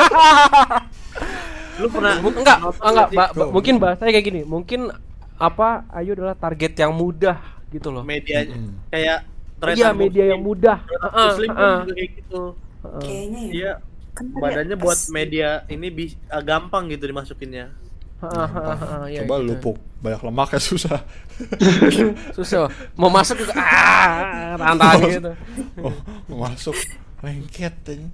Lu pernah Enggak, nonton enggak, nggak sih? mungkin bahasanya kayak gini. Mungkin apa Ayu adalah target yang mudah gitu loh. Media Mm-mm. kayak Iya, media yang mudah. Muslim pun juga kayak gitu. kayaknya ya. Dia Kan tadi badannya pas- buat media ini gampang gitu dimasukinnya. Iya, Coba gitu. lu Puk, banyak lemak ya susah. Susah. Mau masuk juga tantangan gitu. Oh, mau masuk lengket aja.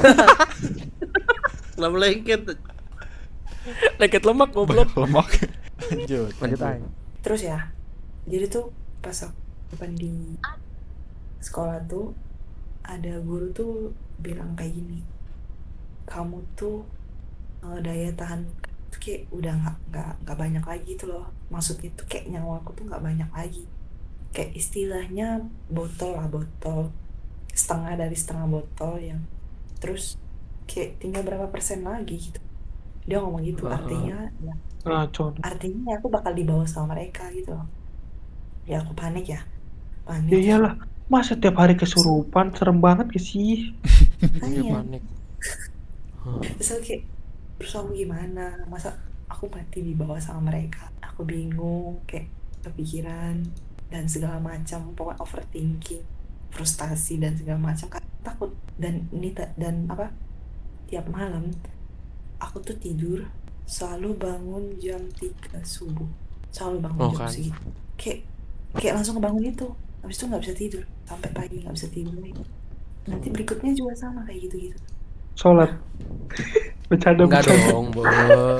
Lah melengket. Lengket lemak goblok. Banyak lemak. Lanjut. Lanjut aja. Terus ya, jadi tuh pas aku depan di sekolah tuh ada guru tuh bilang kayak gini, kamu tuh daya tahan tuh kayak udah nggak banyak lagi tuh loh. Maksudnya tuh kayak nyawa aku tuh nggak banyak lagi. Kayak istilahnya botol setengah dari setengah botol yang terus kayak tinggal berapa persen lagi gitu. Dia ngomong gitu, artinya ya Racun. artinya aku bakal dibawa sama mereka gitu loh. Ya aku panik ya. Ya iyalah, masa tiap hari kesurupan, serem banget gak sih? Iya, Makanya. panik. Terus aku kayak, terus aku gimana, masa aku mati dibawa sama mereka. Aku bingung, kayak kepikiran dan segala macam, pokoknya overthinking, frustasi dan segala macam, takut. Dan ini dan apa, tiap malam aku tuh tidur selalu bangun jam 3 subuh, selalu bangun Oh, jam kan. segitu, kayak langsung kebangun itu. Habis itu nggak bisa tidur sampai pagi, nggak bisa tidur lagi. Nanti berikutnya juga sama kayak gitu. Sholat. Bercanda. Enggak dong, Bos.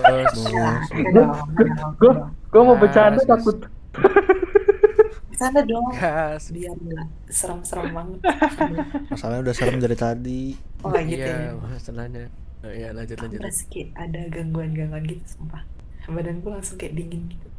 Gue mau bercanda Gas. takut. Sana dong, Gas. biar nggak serem-serem banget. Masalahnya udah serem dari tadi. Oh kayak gitu Iya, ya. masalahnya. Oh, iya, lanjut. Aku merasa kayak ada gangguan-gangguan gitu, sumpah. Badanku langsung kayak dingin gitu.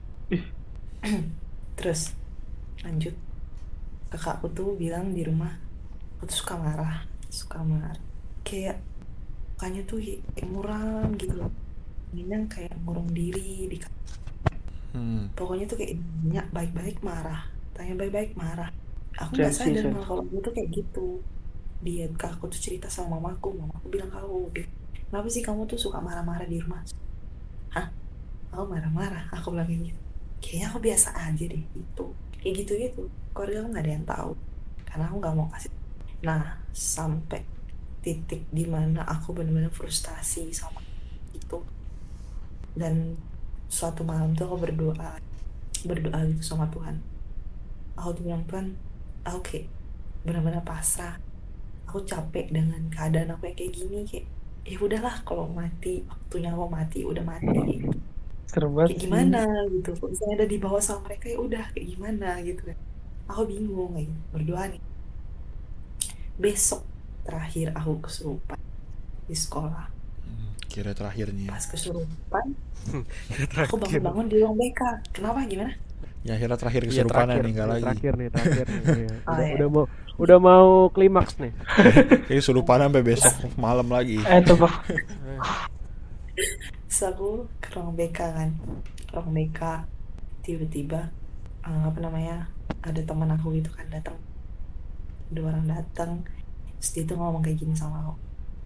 Terus lanjut, kakakku tuh bilang di rumah aku tuh suka marah. Kayak mukanya tuh kayak muram gitu loh. Ini kayak ngurung diri di pokoknya tuh kayak tanya baik-baik marah. Aku nggak Sensi, sadar sensi. malah kalau gue tuh kayak gitu. Dia kakakku tuh cerita sama mamaku bilang, kenapa sih kamu tuh suka marah-marah di rumah? Hah? Aku marah-marah? Aku bilang kayak gitu. Kayaknya aku biasa aja deh itu. Kayak gitu-gitu. Keluarga aku nggak ada yang tahu. Karena aku nggak mau kasih. Nah, sampai titik dimana aku benar-benar frustasi sama itu. Dan suatu malam tuh aku berdoa gitu sama Tuhan. Aku tuh bilang, Tuhan, aku kayak benar-benar pasrah. Aku capek dengan keadaan aku yang kayak gini, kayak ya udahlah, kalau mati waktunya aku mati, udah mati. Serem banget. Kayak gimana gitu. Kalau misalnya ada di bawah sama mereka, ya udah kayak gimana gitu kan. Aku bingung kayak gitu. Berdoa nih. Besok terakhir aku kesurupan di sekolah. Kira terakhir nih ya. Pas kesurupan, aku Terakhir. bangun-bangun di ruang BK. Kenapa? Gimana? Ya akhirnya terakhir Iya, kesurupan terakhir nih, nggak lagi. terakhir nih. Iya. Oh, Udah, ya. udah mau klimaks nih. Jadi kesurupan sampai besok malam lagi. Tebak. Terus aku ke ruang BK kan. Ruang BK tiba-tiba apa namanya? Ada teman aku gitu kan datang. Ada orang datang. Terus dia tuh ngomong kayak gini sama aku.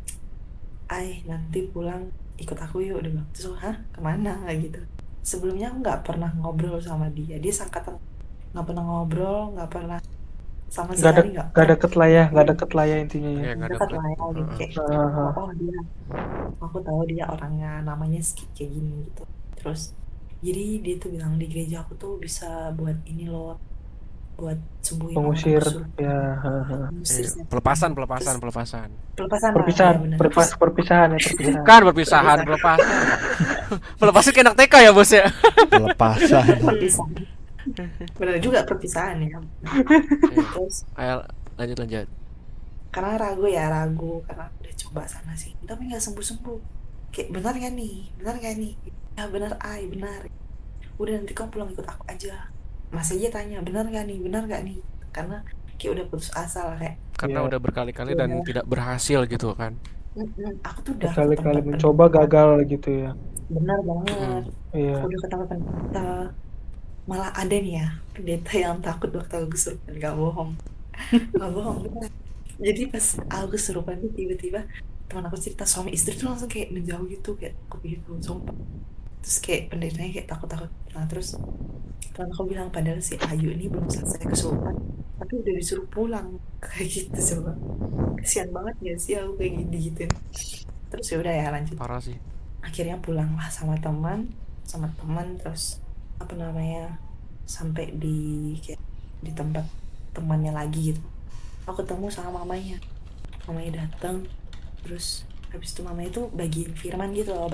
Nanti pulang ikut aku yuk, dia bilang. Terus hah, kemana gitu. Sebelumnya aku nggak pernah ngobrol sama dia sangkatan, nggak pernah ngobrol, nggak pernah sama sekali, Nggak deket lah ya intinya ya. Iya, nggak dekat deket. lah ya gitu kayak dia, aku tahu dia orangnya namanya Skip kayak gini gitu. Terus jadi dia tuh bilang di gereja aku tuh bisa buat ini loh, buat sembuhin Pengusir orang kesurupan. ya. Pengusir, Iya, pelepasan. pelepasan Perpisahan, lah, ya bener. perpisahan ya, perpisahan. Bukan perpisahan, pelepasan. Pelepasan kayak anak TK ya, Bos ya. Pelepasan. Perpisahan bener juga perpisahan ya. Terus Ayo lanjut. karena ragu karena udah coba sana sih tapi nggak sembuh kayak benar nggak nih ya benar benar, udah nanti kamu pulang ikut aku aja. Mas aja tanya benar nggak nih karena kayak udah putus asa lah kayak Karena Iya. udah berkali-kali dan tidak berhasil gitu kan. aku tuh udah Berkali-kali ke tempat mencoba gagal gitu ya. benar banget. Iya. Aku udah ke tempat pendeta, malah ada nih ya pendeta yang takut waktu aku kesurupan, gak bohong bener. Jadi pas aku kesurupan tuh tiba-tiba teman aku cerita suami istri tuh langsung kayak menjauh gitu, kayak aku gitu sumpah. Terus kayak pendetanya kayak takut-takut. Nah terus teman aku bilang padahal si Ayu ini belum selesai kesurupan tapi udah disuruh pulang kayak gitu. Coba kasian banget ya sih aku kayak gini gitu. Terus ya udah ya lanjut, Parah sih. akhirnya pulang lah sama teman terus apa namanya sampai di kayak di tempat temannya lagi gitu. Aku ketemu sama mamanya datang, terus habis itu mamanya tuh bagiin firman gitu loh,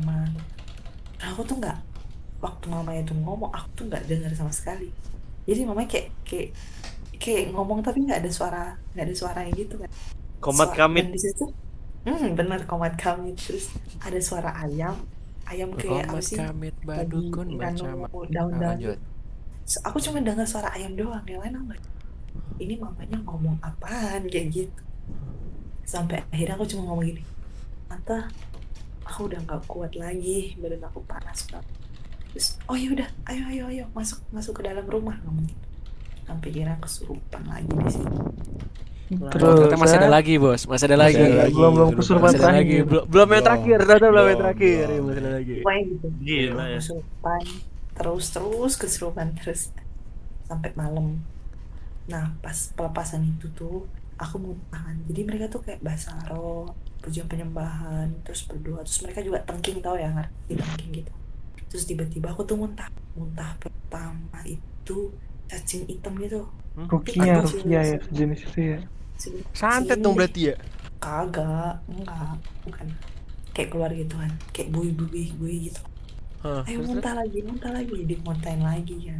nah, aku tuh nggak, waktu mamanya tuh ngomong aku tuh nggak dengar sama sekali. Jadi mamanya kayak ngomong tapi nggak ada suaranya gitu kan. Komat kamit. Dan di situ bener komat kamit. Terus ada suara ayam kayak apa sih, Kamit lagi badukun nganu baca. daun-daun. Lanjut. Aku cuma dengar suara ayam doang, yang lain enggak. Ini mamanya ngomong apaan kayak gitu. Sampai akhirnya aku cuma ngomong gini, Tante, aku udah nggak kuat lagi, badan aku panas banget. Terus oh ya udah, ayo masuk ke dalam rumah ngomong gitu. Sampai kira kesurupan lagi di sini. Terus Ternyata masih ada lagi, Bos. Masih ada lagi. belum kesurupan Masih ada lagi. terakhir. Belum yang terakhir. Ternyata belum yang Belum, terakhir. belum. Iya, masih ada lagi. Pokoknya gitu. Gila ya. Kesurupan terus kesurupan terus sampai malam. Nah pas pelepasan itu tuh aku muntah. Jadi mereka tuh kayak bahasa roh, pujian penyembahan, terus berdoa, terus mereka juga tengking, tau ya, ngerti tengking gitu. Terus tiba-tiba aku tuh muntah pertama itu cacing hitam gitu. Rukia ya jenis itu ya. Santet dong berarti ya. Kagak, enggak, bukan. Kayak keluar gitu kan, kayak buih gitu. Ayo muntah lagi, dimuntahin lagi kan.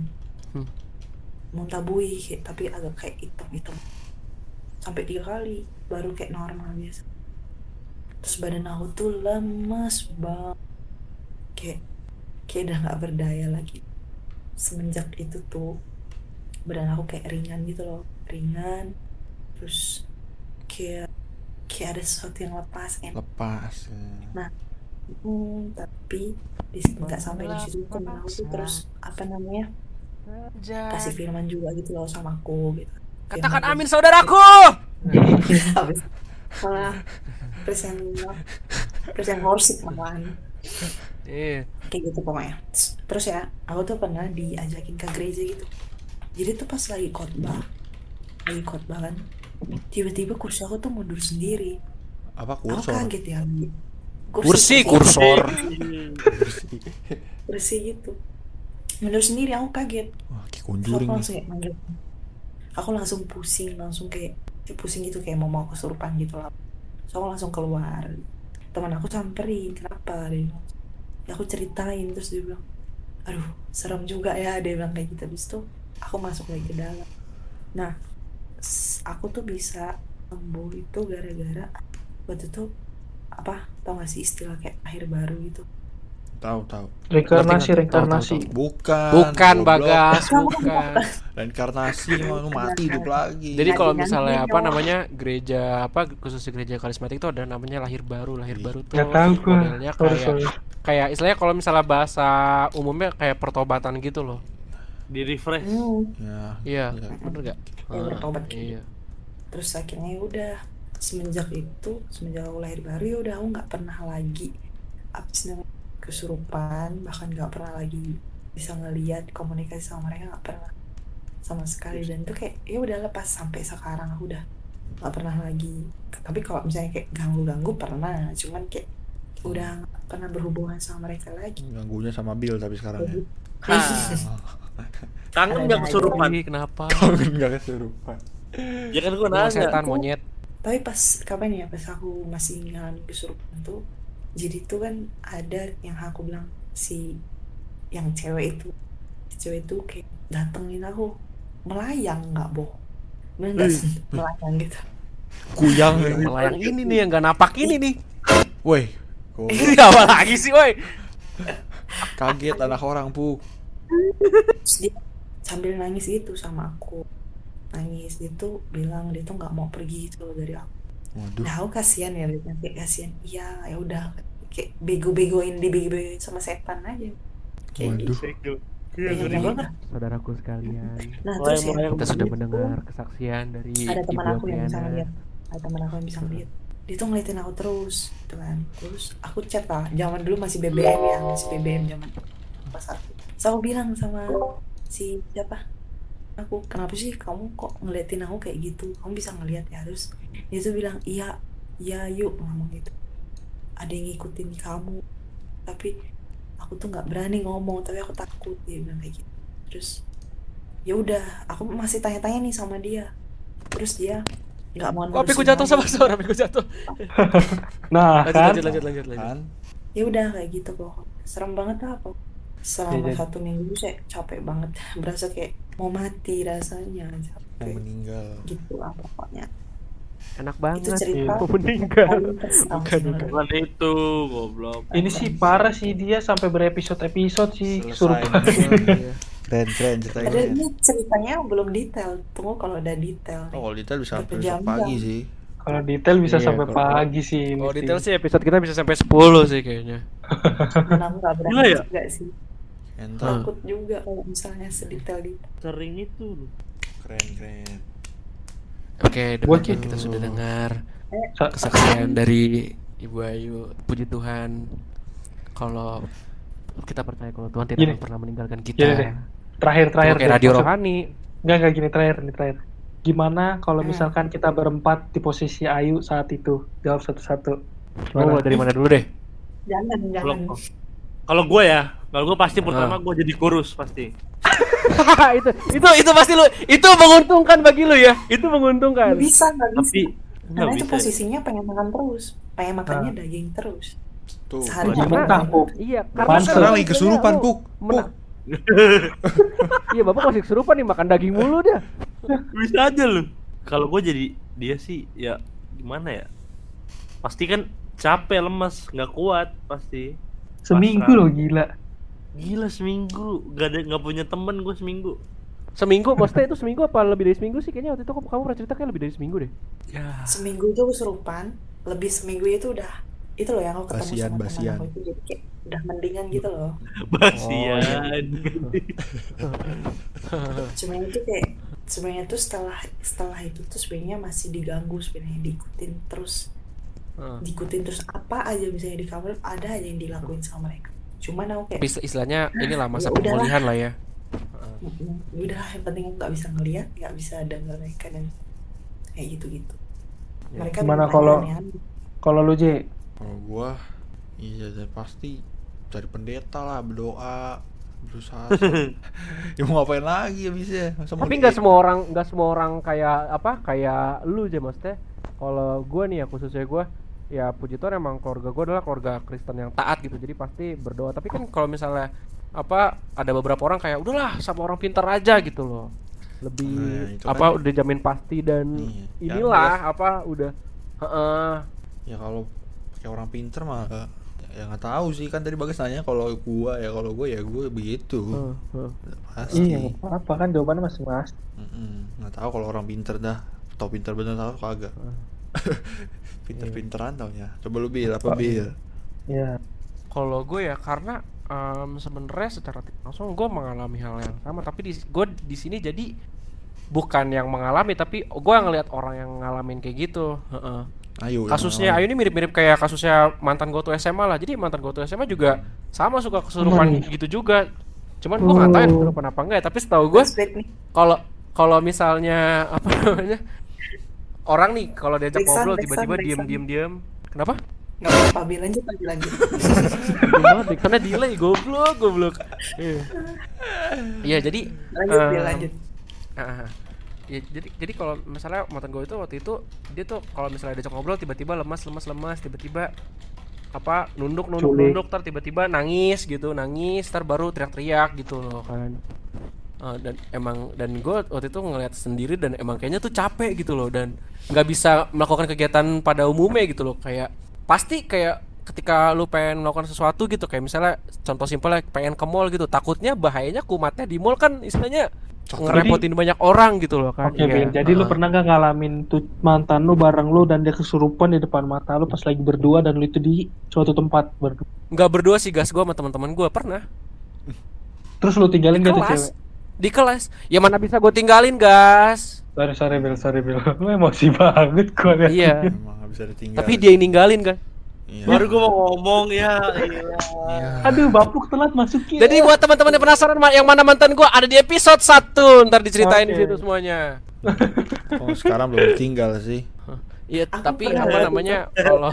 Muntah buih kayak, tapi agak kayak hitam sampai 3 kali baru kayak normal biasa. Terus badan aku tuh lemes banget, kayak udah nggak berdaya lagi. Semenjak itu tuh badan aku kayak ringan gitu loh, terus kayak ada sesuatu yang lepas. Nah tapi nggak sampai di situ, temen aku tuh terus apa namanya kasih firman juga gitu loh sama aku gitu. Katakan amin saudaraku. Habis malah present worship malahan. Kayak gitu pokoknya. Terus ya aku tuh pernah diajakin ke gereja gitu. Jadi tuh pas lagi khotbah kan, tiba-tiba kursi aku tuh mundur sendiri. Apa Aku kursor? kaget ya. Kursor. Kursi gitu mundur sendiri, aku kaget. Wah, kayak Terus Conjuring aku nih. langsung kayak manggil, aku langsung pusing gitu kayak mau kesurupan gitu lah. So aku langsung keluar, teman aku samperin, kenapa, dia bilang. Ya aku ceritain, terus dia bilang aduh serem juga ya, dia bilang kayak gitu. Habis itu aku masuk lagi ke dalam. Nah aku tuh bisa sembuh itu gara-gara waktu itu apa, tau gak sih istilah kayak lahir baru gitu? Tahu. Reinkarnasi. Bukan Bukan goblok. Bagas, bukan. Reinkarnasi mah lu mati hidup lagi. Jadi kalau Ganti-ganti misalnya apa dong. namanya gereja apa khususnya gereja karismatik itu ada namanya lahir baru. Lahir baru tuh Nggak tahu gua. modelnya Sorry. kayak istilahnya kalau misalnya bahasa umumnya kayak pertobatan gitu loh. Di refresh. Ya. Iya, bener gak? Ya, bertobat gitu. Iya. Terus akhirnya ya udah, semenjak aku lahir baru ya udah aku nggak pernah lagi apa sih namanya, kesurupan, bahkan nggak pernah lagi bisa ngelihat komunikasi sama mereka, nggak pernah sama sekali. Dan tuh kayak ya udah lepas sampai sekarang aku udah nggak pernah lagi. Tapi kalau misalnya kayak ganggu pernah, cuman kayak udah nggak pernah berhubungan sama mereka lagi. Ganggunya sama Bill tapi sekarang ya. Kangen nggak kesurupan? Ih, kenapa? Kangen enggak kesurupan. Ya kan gua Sama nanya. setan monyet. Tapi pas kapan ya, pas aku masih ngalamin kesurupan tuh, jadi tuh kan ada yang aku bilang si yang cewek itu kayak datengin aku melayang, nggak bohong, bener nggak sih, melayang gitu. Kuyang. Melayang ini nih yang gak napak ini nih. Woi. Goblok. Ini apa lagi sih, woi? Kaget anak orang, Puk. Terus dia sambil nangis gitu sama aku, nangis, dia tuh bilang dia tuh nggak mau pergi gitu loh dari aku. Waduh. Nah aku kasihan ya, kayak kasihan, iya ya udah, kayak bego-begoin sama setan aja kayak Waduh. gitu. Iya, Pengen ngeri kayak banget. gitu. Saudaraku sekalian, Nah terus ya kita sudah itu mendengar kesaksian dari ada teman Ibu aku yang bisa Apriana. ngeliat, dia tuh ngeliatin aku terus gitu kan. Terus aku chat lah, zaman dulu masih BBM ya, zaman pas aku. Terus aku bilang sama si siapa, aku, kenapa sih kamu kok ngeliatin aku kayak gitu, kamu bisa ngeliat ya? Terus dia tuh bilang iya yuk, ngomong gitu, ada yang ngikutin kamu, tapi aku tuh nggak berani ngomong, tapi aku takut, dia bilang kayak gitu. Terus ya udah, aku masih tanya-tanya nih sama dia, terus dia nggak mau Kok apiku nerusin jatuh sama lagi. suara apiku jatuh. Nah, kan. Lanjut. Kan? Ya udah kayak gitu pokoknya, serem banget lah aku. Selama Iya. 1 minggu saya capek banget, berasa kayak mau mati rasanya, Mau capek meninggal. gitu lah pokoknya. Enak Itu banget. cerita Mau meninggal. paling keseram Bukan. sebenarnya. Bukan itu, goblok. Ini sih parah sih, dia sampai berepisode-episode sih Selesai. kesurupan. Iya. Keren ceritanya. Padahal ini ceritanya belum detail, tunggu kalau udah detail. Oh, kalau detail bisa sampai besok Berjam-jam. pagi sih. Kalau detail bisa Iya, sampai kalau- pagi sih. Kalau mesti. detail sih episode kita bisa sampai 10 sih kayaknya. Dan aku nggak berani Gila ya? juga sih, Entar. takut juga kalau misalnya sedetail itu. Sering itu. Keren. Oke, Buat demikian itu. kita sudah dengar Sa- kesaksian dari Ibu Ayu. Puji Tuhan kalau kita percaya kalau Tuhan tidak Gini. akan pernah meninggalkan Gini kita. deh. Terakhir Itu kayak deh, radio masuk. rohani. Enggak gini, terakhir. Gimana kalau Hmm. misalkan kita berempat di posisi Ayu saat itu? Jawab satu-satu. Mau mulai dari mana dulu deh? Jangan. Kalau gue pasti pertama gue jadi kurus pasti. itu pasti lu itu menguntungkan bagi lu ya. Itu menguntungkan. Nggak bisa. Tapi Karena nggak itu bisa. posisinya pengen makan terus, pengen makannya daging terus. Tuh. Sehari Gimana, makan. Puk? Iya, Pantes. Sekarang lagi kesurupan, Puk. Iya, Bapak masih kesurupan nih makan daging mulu dia. Bisa aja lu. Kalau gue jadi dia sih ya gimana ya? Pasti kan capek, lemas, nggak kuat pasti. Seminggu Pasrah. loh, gila. Gila seminggu, nggak punya temen gue seminggu. Seminggu, maksudnya itu seminggu apa lebih dari seminggu sih? Kayaknya waktu itu kamu pernah cerita kayak lebih dari seminggu deh. Ya. Seminggu itu kesurupan, lebih seminggu itu udah itu loh yang aku ketemu sama teman Basian. aku itu, jadi kayak udah mendingan gitu loh. Basian. Cuma itu kayak sebenarnya tuh setelah itu tuh sebenarnya masih diganggu, sebenarnya diikutin terus apa aja misalnya di kamar ada aja yang dilakuin sama mereka. Cuman aku kayak Tapi istilahnya inilah masa Ya udahlah. pemulihan lah ya. udah yang penting aku nggak bisa ngelihat, nggak bisa dengar mereka dan kayak gitu. Ya. Mereka Gimana minta kalau- aneh-aneh. Kalau lu, J? Kalau gua iya pasti cari pendeta lah, berdoa, berusaha. Ya mau ngapain lagi ya bisa. Tapi nggak semua orang kayak lu aja maksudnya. Kalau gue nih ya khususnya gue, ya puji Tuhan emang keluarga gue adalah keluarga Kristen yang taat gitu, jadi pasti berdoa. Tapi kan kalau misalnya ada beberapa orang kayak udahlah sama orang pintar aja gitu loh, lebih Nah, itu kan. udah jamin pasti dan Iya. inilah udah Ya kalau kayak orang pinter mah ya nggak tahu sih, kan tadi Bagas nanya kalau gue ya gue begitu. Pasti. Iya, nggak apa-apa kan jawabannya masing-masing. Nggak tahu kalau orang pinter dah, tau pinter bener tau kagak. Pinter-pinteran taunya. Coba lu Bil, apa Bil? Iya. Kalau gue ya karena sebenarnya secara tidak langsung gue mengalami hal yang sama, tapi gue di sini jadi bukan yang mengalami, tapi gue ngelihat orang yang ngalamin kayak gitu. Ayo. Kasusnya Ayu ini mirip-mirip kayak kasusnya mantan gue tuh SMA lah. Jadi mantan gue tuh SMA juga sama suka kesurupan gitu juga. Cuman gue nggak tahu ya kesurupan apa enggak ya. Tapi setahu gue kalau misalnya apa namanya orang nih kalau diajak ngobrol tiba-tiba diem. Kenapa? Nggak apa-apa, Bil, lanjut. Karena delay, goblok. Iya, jadi lanjut. Ya, jadi kalau misalnya mantan gue itu waktu itu dia tuh kalau misalnya diajak ngobrol tiba-tiba lemas, tiba-tiba apa nunduk tar tiba-tiba nangis, tar baru teriak-teriak gitu loh kan. Dan gue waktu itu ngeliat sendiri dan emang kayaknya tuh capek gitu loh dan nggak bisa melakukan kegiatan pada umumnya gitu loh. Kayak pasti kayak ketika lu pengen melakukan sesuatu gitu, kayak misalnya contoh simpelnya pengen ke mall gitu, takutnya bahayanya kumatnya di mall kan istilahnya ngerepotin banyak orang gitu loh kan. Oke, Bil, jadi lu pernah gak ngalamin tuh mantan lu bareng lu dan dia kesurupan di depan mata lu pas lagi berdua dan lu itu di suatu tempat berdua? Nggak berdua sih gas, gue sama teman-teman gue pernah. Terus lu tinggalin Di dia tuh kelas. cewek? Di kelas. Ya mana bisa gue tinggalin gas. Sorry Bil, lu emosi banget gua liat. Iya. Emang nggak bisa ditinggal. Tapi dia yang ninggalin kan. Iya. Baru gue mau ngomong ya. Aduh, Bapuk telat masuknya. Jadi buat teman-teman yang penasaran yang mana mantan gue ada di episode 1, ntar diceritain di situ semuanya. Oh, sekarang belum tinggal sih. Iya, Aku tapi pernah apa lihat namanya kalau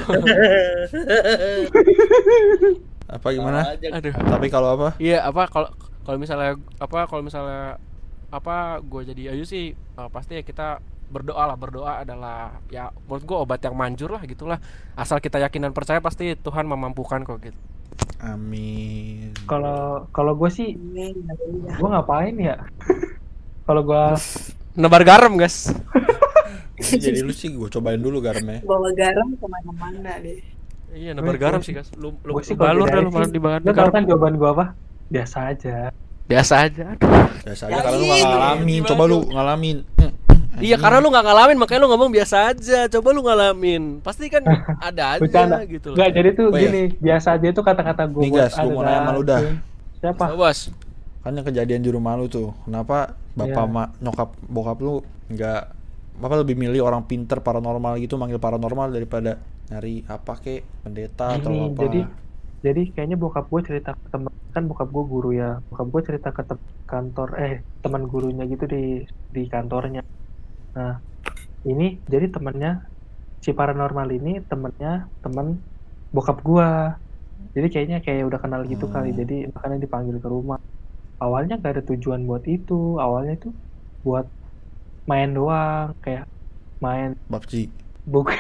Apa gimana? aduh. Tapi kalau apa? Iya, kalau misalnya gue jadi Ayu sih pasti ya kita berdoa adalah ya menurut gue obat yang manjur lah gitulah, asal kita yakin dan percaya pasti Tuhan memampukan kok gitu. Amin. Kalau gue sih gue ngapain ya? Kalau gue Nebar garam guys. Jadi lu sih gue cobain dulu garamnya. Bawa garam kemana-mana deh. Iya, nebar garam sih guys. Lu sih balur dah kalau lu malah sih, dibahan lu tau kan jawaban gue apa? Biasa aja. biasa aja. Aduh. Biasa aja karena lu gak ngalamin. Coba lu ngalamin. Iya, karena lu nggak ngalamin makanya lu ngomong biasa aja. Coba lu ngalamin, pasti kan ada aja Bercanda. gitu loh. Nggak, jadi tuh Oh, iya. gini, biasa aja itu kata-kata gue Nih guys, gue mau nanya sama lu dah. Siapa? So, bos. Kan yang kejadian di rumah lu tuh, kenapa bapak nyokap bokap lu nggak bapak lebih milih orang pinter paranormal gitu, manggil paranormal daripada nyari apa kek pendeta atau Gini, apa? jadi kayaknya bokap gue cerita ke temen, kan bokap gue guru ya, bokap gue cerita ke teman gurunya gitu di kantornya. Nah ini jadi temennya si paranormal ini temen bokap gue, jadi kayaknya kayak udah kenal gitu kali, jadi makanya dipanggil ke rumah. Awalnya gak ada tujuan buat itu, awalnya itu buat main doang, kayak main PUBG. bukan.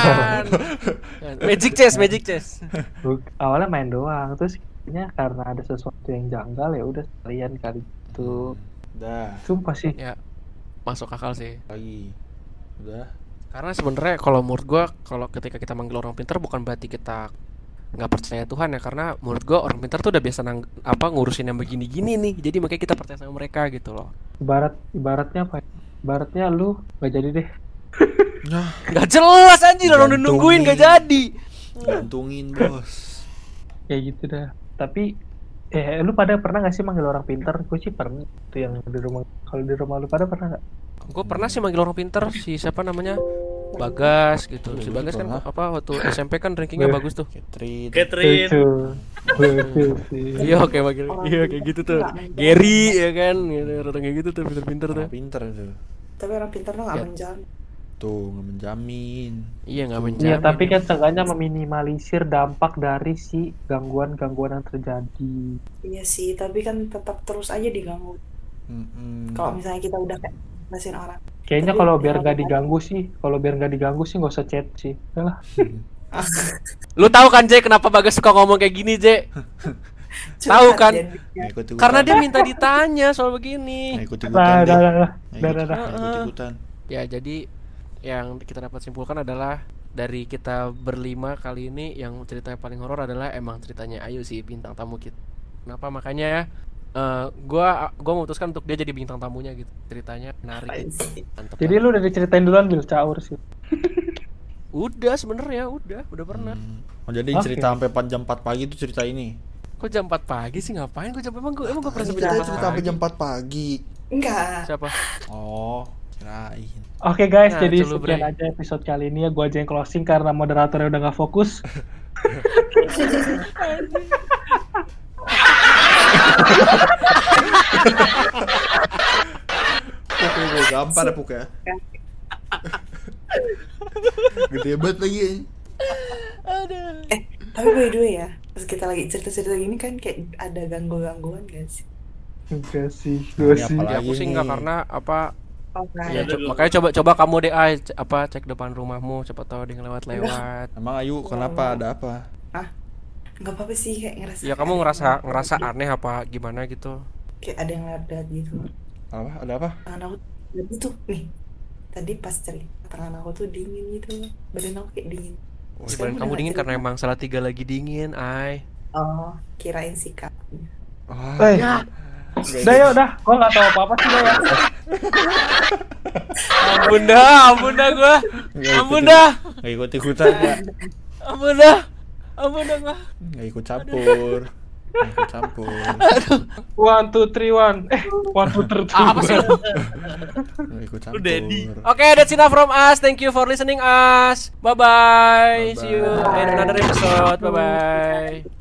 Magic chess. Awalnya main doang, terus kayaknya karena ada sesuatu yang janggal ya udah sekalian kali itu. Udah Sumpah sih. Ya, masuk akal sih. lagi. Udah. Karena sebenarnya kalau menurut gua, kalau ketika kita manggil orang pintar bukan berarti kita nggak percaya Tuhan ya, karena menurut gua orang pintar tuh udah biasa ngurusin yang begini-gini nih, jadi makanya kita percaya sama mereka gitu loh. Ibaratnya apa? Ibaratnya lu nggak jadi deh. Nah, Nggak jelas anjir, orang udah nungguin nggak jadi. gantungin bos. Kayak gitu dah. Tapi lu pada pernah nggak sih manggil orang pintar? Gue sih pernah. Itu yang di rumah. Kalau di rumah lu pada pernah nggak? Gue pernah sih manggil orang pintar, si siapa namanya, Bagas gitu. Si Bagas kan apa waktu SMP kan rankingnya bagus tuh. Catherine. Lucu sih. Iya kayak gitu tuh. Gary ya kan, orang kayak gitu tuh pintar-pintar tuh. Pinter tuh. Tapi orang pintar tuh nggak Ya. menjamin. Tuh nggak menjamin. Iya nggak menjamin. Iya, tapi kan seenggaknya meminimalisir dampak dari si gangguan-gangguan yang terjadi. Iya sih, tapi kan tetap terus aja diganggu. Kalau misalnya kita udah kayak mesin orang. Kayaknya Tapi kalau biar kalau nggak kita- diganggu sih nggak usah chat sih. Udah lah. Lu tahu kan Jay kenapa Bagas suka ngomong kayak gini Jay? Tahu kan? Nggak ikut-ikutan. Karena dia minta ditanya soal begini. Nggak ikut-ikutan deh. Dah. Nggak ikut-ikutan. Ya jadi yang kita dapat simpulkan adalah dari kita berlima kali ini yang ceritanya paling horor adalah emang ceritanya Ayu sih, bintang tamu kita. Kenapa? Makanya ya gua memutuskan untuk dia jadi bintang tamunya gitu. Ceritanya menarik. Mantep. Jadi lu udah diceritain duluan Bil, caur sih. Udah sebenarnya udah pernah. Oh, jadi Oke. cerita sampai jam 4 pagi itu cerita ini. Kok jam 4 pagi sih ngapain? Kok emang gue pernah Ini sampai kita jam 4 cerita sampai pagi? jam 4 pagi. Enggak. Siapa? Oh, kirain. Oke guys, Nah, jadi itu lu, sekian Bre. aja episode kali ini ya. Gua aja yang closing karena moderatornya udah gak fokus. Puk gue gampar ya Puk ya. Gede banget lagi. Tapi by the way ya, pas kita lagi cerita-cerita gini kan kayak ada gangguan gak sih? Enggak sih, gue Ini sih. apalagi Ya aku sih nih. enggak karena apa Oh, ya, kan. makanya coba kamu deh cek depan rumahmu, siapa tahu ada yang lewat. Emang Ayu kenapa? Ada apa? Nggak apa-apa sih kayak ngerasa. Ya kamu ngerasa aneh apa gimana gitu. Kayak ada yang lewat gitu. Apa? Ada apa? Tangan aku tadi tuh nih. Tadi pas cerita tangan aku tuh dingin gitu. Badan aku kayak dingin. Oh, Terus badan kamu kamu udah dingin cerita. karena emang Salatiga lagi dingin, ay. Oh, kirain sikapnya. Wah, Udah ya udah, gua nggak tahu apa-apa sih udah ya. Ampun dah gua. Ampun dah. Gak ikut ikutan gak? Ampun dah gua. Gak ikut campur. Gak ikut campur. 1, 2, 3, 1. 1, 2, 3. Apa sih lu? Gak ikut campur. Daddy. Oke, that's enough from us. Thank you for listening us. Bye bye. See you in another episode. Bye bye.